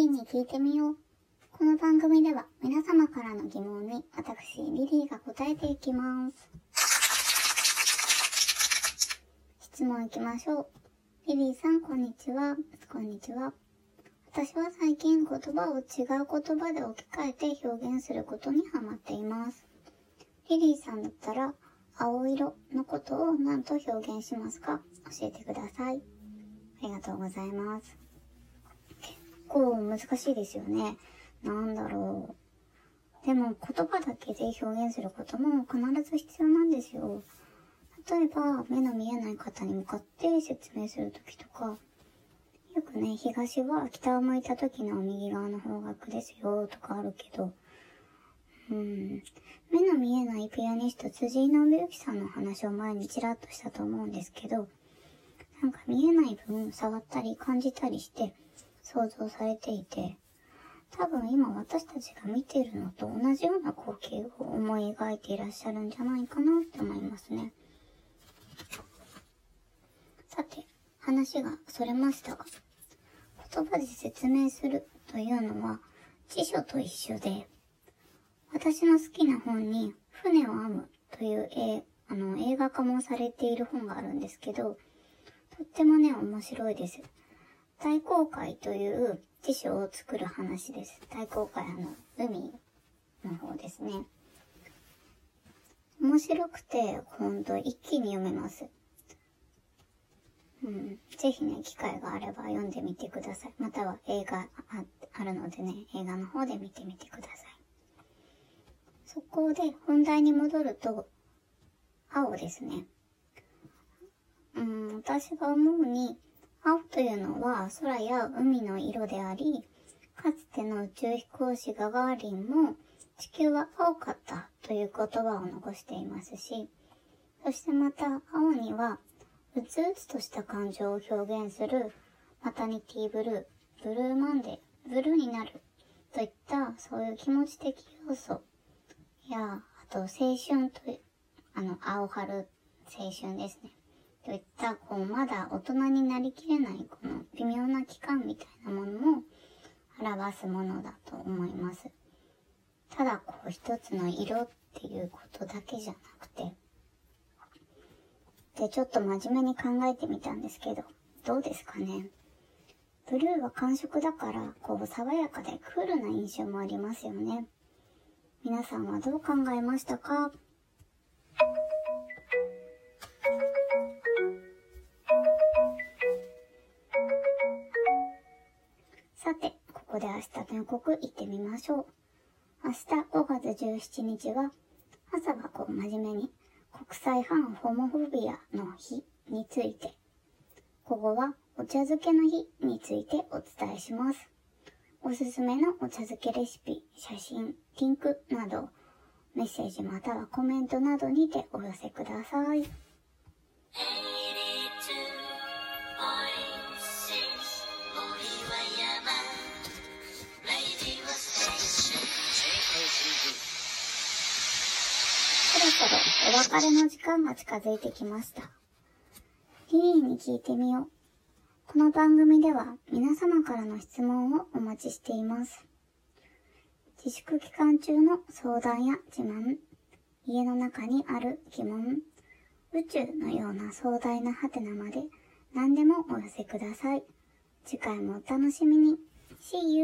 リーに聞いてみよう。この番組では皆様からの疑問に私、リリーが答えていきます。質問いきましょう。リリーさん、こんにちは。こんにちは。私は最近言葉を違う言葉で置き換えて表現することにハマっています。リリーさんだったら、青色のことを何と表現しますか？教えてください。ありがとうございます。結構難しいですよね。なんだろう。でも言葉だけで表現することも必ず必要なんですよ。例えば、目の見えない方に向かって説明するときとか、よくね、東は北を向いた時の右側の方角ですよとかあるけど、目の見えないピアニスト辻井伸行さんの話を前にちらっとしたと思うんですけど、なんか見えない分触ったり感じたりして想像されていて、多分今私たちが見ているのと同じような光景を思い描いていらっしゃるんじゃないかなって思いますね。さて、話がそれましたが、言葉で説明するというのは辞書と一緒で、私の好きな本に船を編むという映画化もされている本があるんですけど、とってもね、面白いです。大航海という辞書を作る話です。大航海海の方ですね。面白くて、ほんと一気に読めます。ぜひね、機会があれば読んでみてください。または映画あるのでね、映画の方で見てみてください。そこで本題に戻ると、青ですね。私が思うに、青というのは空や海の色であり、かつての宇宙飛行士ガガーリンも地球は青かったという言葉を残していますし、そしてまた青にはうつうつとした感情を表現するマタニティブルー、ブルーマンデー、ブルーになるといったそういう気持ち的要素や、あと青春という、青春青春ですね。といった、まだ大人になりきれないこの微妙な期間みたいなものも表すものだと思います。ただ一つの色っていうことだけじゃなくて、で、ちょっと真面目に考えてみたんですけど、どうですかね。ブルーは寒色だから、爽やかでクールな印象もありますよね。皆さんはどう考えましたか？さて、ここで明日の予告行ってみましょう。明日5月17日は、朝は真面目に国際反ホモフォビアの日について、午後はお茶漬けの日についてお伝えします。おすすめのお茶漬けレシピ、写真、リンクなど、メッセージまたはコメントなどにてお寄せください。そろそろお別れの時間が近づいてきました。リリーに聞いてみよう。この番組では皆様からの質問をお待ちしています。自粛期間中の相談や自慢、家の中にある疑問、宇宙のような壮大なハテナまで何でもお寄せください。次回もお楽しみに。See you!